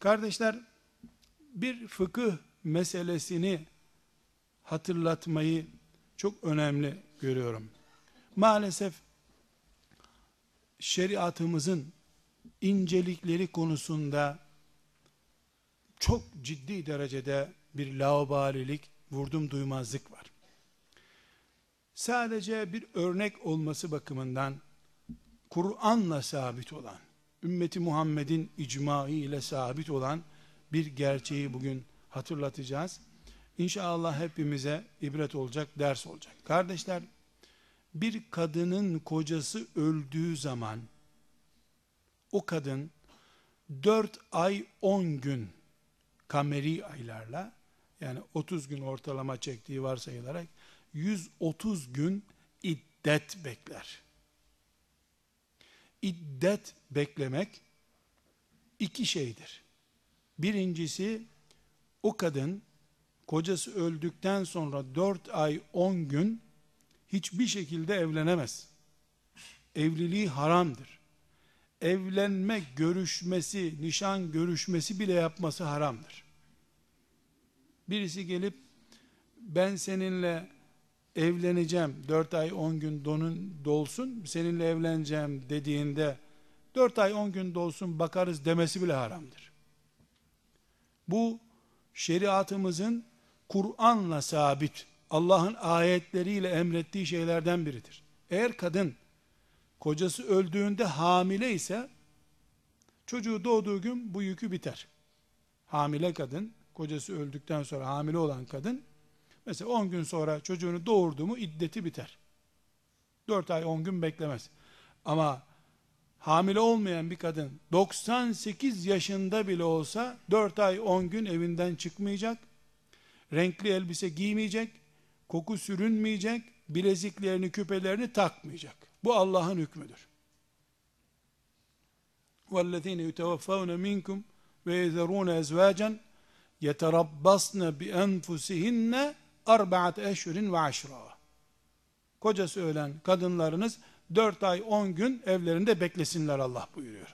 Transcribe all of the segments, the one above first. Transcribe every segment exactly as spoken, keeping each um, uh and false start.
Kardeşler, bir fıkıh meselesini hatırlatmayı çok önemli görüyorum. Maalesef şeriatımızın incelikleri konusunda çok ciddi derecede bir laubalilik, vurdum duymazlık var. Sadece bir örnek olması bakımından Kur'an'la sabit olan, ümmeti Muhammed'in icmaı ile sabit olan bir gerçeği bugün hatırlatacağız. İnşallah hepimize ibret olacak, ders olacak. Kardeşler, bir kadının kocası öldüğü zaman o kadın dört ay on gün kameri aylarla, yani otuz gün ortalama çektiği varsayılarak yüz otuz gün iddet bekler. İddet beklemek iki şeydir. Birincisi, o kadın kocası öldükten sonra dört ay on gün hiçbir şekilde evlenemez. Evliliği haramdır. Evlenme görüşmesi, nişan görüşmesi bile yapması haramdır. Birisi gelip ben seninle evleneceğim, dört ay on gün donun dolsun, seninle evleneceğim dediğinde dört ay on gün dolsun bakarız demesi bile haramdır. Bu şeriatımızın Kur'an'la sabit, Allah'ın ayetleriyle emrettiği şeylerden biridir. Eğer kadın kocası öldüğünde hamile ise çocuğu doğduğu gün bu yükü biter. Hamile kadın, kocası öldükten sonra hamile olan kadın, mesela on gün sonra çocuğunu doğurdu mu iddeti biter. dört ay on gün beklemez. Ama hamile olmayan bir kadın doksan sekiz yaşında bile olsa dört ay on gün evinden çıkmayacak, renkli elbise giymeyecek, koku sürünmeyecek, bileziklerini, küpelerini takmayacak. Bu Allah'ın hükmüdür. وَالَّذ۪ينَ يُتَوَفَّوْنَ مِنْكُمْ وَيَذَرُونَ اَزْوَاجًا يَتَرَبَّصْنَ بِأَنْفُسِهِنَّ اَرْبَعَةَ اَشْهُرٍ وَعَشْرًا. Kocası ölen kadınlarınız dört ay on gün evlerinde beklesinler Allah buyuruyor.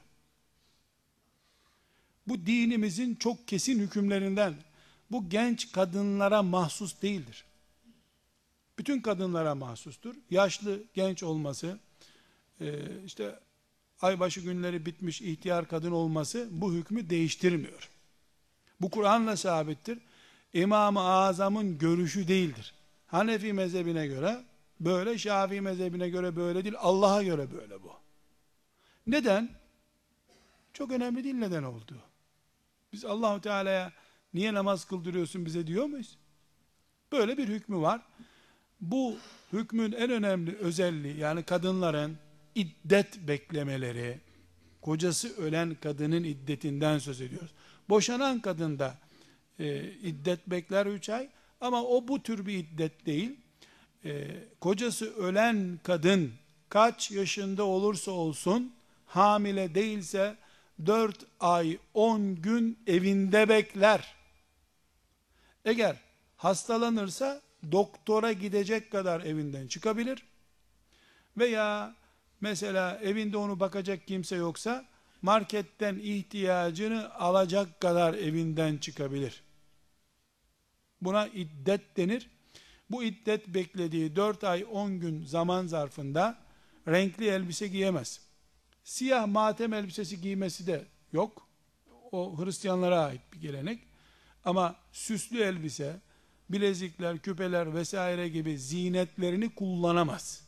Bu dinimizin çok kesin hükümlerinden. Bu genç kadınlara mahsus değildir. Bütün kadınlara mahsustur. Yaşlı, genç olması, işte aybaşı günleri bitmiş ihtiyar kadın olması bu hükmü değiştirmiyor. Bu Kur'an'la sabittir. İmam-ı Azam'ın görüşü değildir. Hanefi mezhebine göre böyle, Şafii mezhebine göre böyle değil, Allah'a göre böyle bu. Neden? Çok önemli değil neden olduğu. Biz Allah-u Teala'ya niye namaz kıldırıyorsun bize diyor muyuz? Böyle bir hükmü var. Bu hükmün en önemli özelliği, yani kadınların iddet beklemeleri, kocası ölen kadının iddetinden söz ediyoruz. Boşanan kadın da e, iddet bekler üç ay ama o bu tür bir iddet değil. E, kocası ölen kadın kaç yaşında olursa olsun hamile değilse dört ay on gün evinde bekler. Eğer hastalanırsa doktora gidecek kadar evinden çıkabilir. Veya mesela evinde onu bakacak kimse yoksa marketten ihtiyacını alacak kadar evinden çıkabilir. Buna iddet denir. Bu iddet beklediği dört ay on gün zaman zarfında renkli elbise giyemez. Siyah matem elbisesi giymesi de yok. O Hristiyanlara ait bir gelenek. Ama süslü elbise, bilezikler, küpeler vesaire gibi zinetlerini kullanamaz.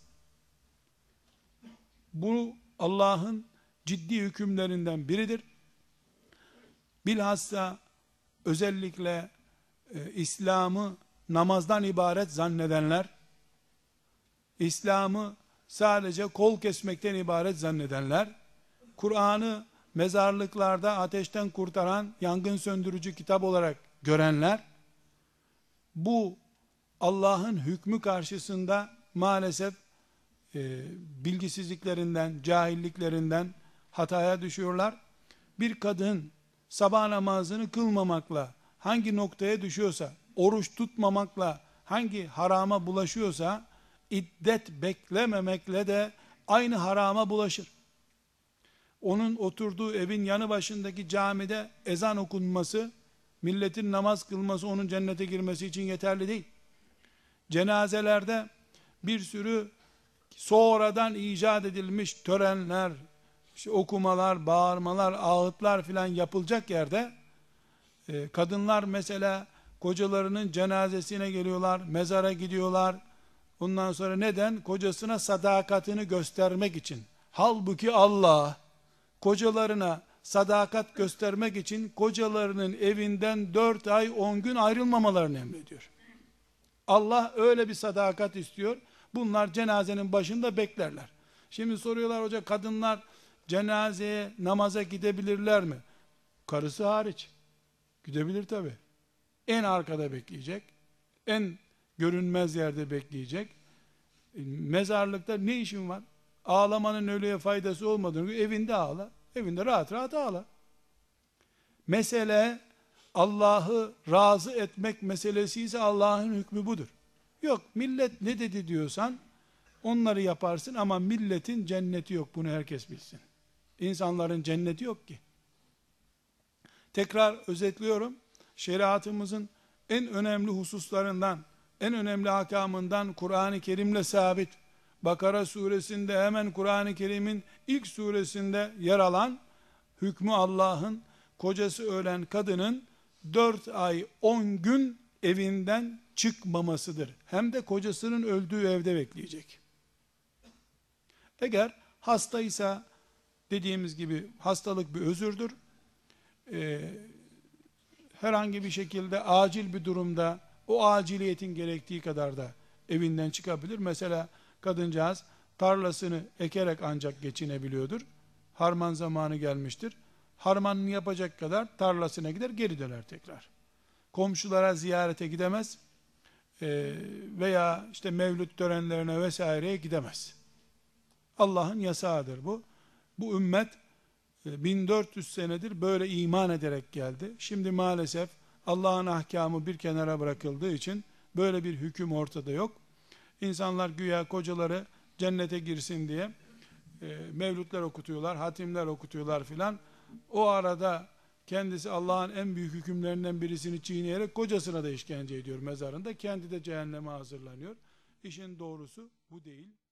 Bu Allah'ın ciddi hükümlerinden biridir. Bilhassa özellikle e, İslam'ı namazdan ibaret zannedenler, İslam'ı sadece kol kesmekten ibaret zannedenler, Kur'an'ı mezarlıklarda ateşten kurtaran yangın söndürücü kitap olarak görenler, bu Allah'ın hükmü karşısında maalesef e, bilgisizliklerinden, cahilliklerinden hataya düşüyorlar. Bir kadın sabah namazını kılmamakla hangi noktaya düşüyorsa, oruç tutmamakla hangi harama bulaşıyorsa, iddet beklememekle de aynı harama bulaşır. onun oturduğu evin yanı başındaki camide ezan okunması, milletin namaz kılması onun cennete girmesi için yeterli değil. Cenazelerde bir sürü sonradan icat edilmiş törenler, işte okumalar, bağırmalar, ağıtlar filan yapılacak yerde e, kadınlar mesela kocalarının cenazesine geliyorlar, mezara gidiyorlar. Ondan sonra neden? Kocasına sadakatini göstermek için. Halbuki Allah kocalarına sadakat göstermek için kocalarının evinden dört ay on gün ayrılmamalarını emrediyor. Allah öyle bir sadakat istiyor. Bunlar cenazenin başında beklerler. Şimdi soruyorlar, hoca kadınlar cenazeye, namaza gidebilirler mi? Karısı hariç. Gidebilir tabi. En arkada bekleyecek. En görünmez yerde bekleyecek. E, mezarlıkta ne işin var? Ağlamanın ölüye faydası olmadığını evinde ağla. Evinde rahat rahat ağla. Mesele Allah'ı razı etmek meselesi ise Allah'ın hükmü budur. Yok, millet ne dedi diyorsan onları yaparsın ama milletin cenneti yok, bunu herkes bilsin. İnsanların cenneti yok ki. Tekrar özetliyorum. Şeriatımızın en önemli hususlarından, en önemli hakamından Kur'an-ı Kerim'le sabit. Bakara suresinde hemen Kur'an-ı Kerim'in ilk suresinde yer alan hükmü Allah'ın kocası ölen kadının dört ay on gün evinden çıkmamasıdır. Hem de kocasının öldüğü evde bekleyecek. Eğer hastaysa, dediğimiz gibi hastalık bir özürdür. Ee, herhangi bir şekilde acil bir durumda o aciliyetin gerektiği kadar da evinden çıkabilir. Mesela kadıncağız tarlasını ekerek ancak geçinebiliyordur. Harman zamanı gelmiştir. Harmanını yapacak kadar tarlasına gider, geri döner tekrar. Komşulara ziyarete gidemez ee, veya işte mevlüt törenlerine vesaireye gidemez. Allah'ın yasağıdır bu. Bu ümmet bin dört yüz senedir böyle iman ederek geldi. Şimdi maalesef Allah'ın ahkamı bir kenara bırakıldığı için böyle bir hüküm ortada yok. İnsanlar güya kocaları cennete girsin diye e, mevlütler okutuyorlar, hatimler okutuyorlar filan. O arada kendisi Allah'ın en büyük hükümlerinden birisini çiğneyerek kocasına da işkence ediyor mezarında. Kendi de cehenneme hazırlanıyor. İşin doğrusu bu değil.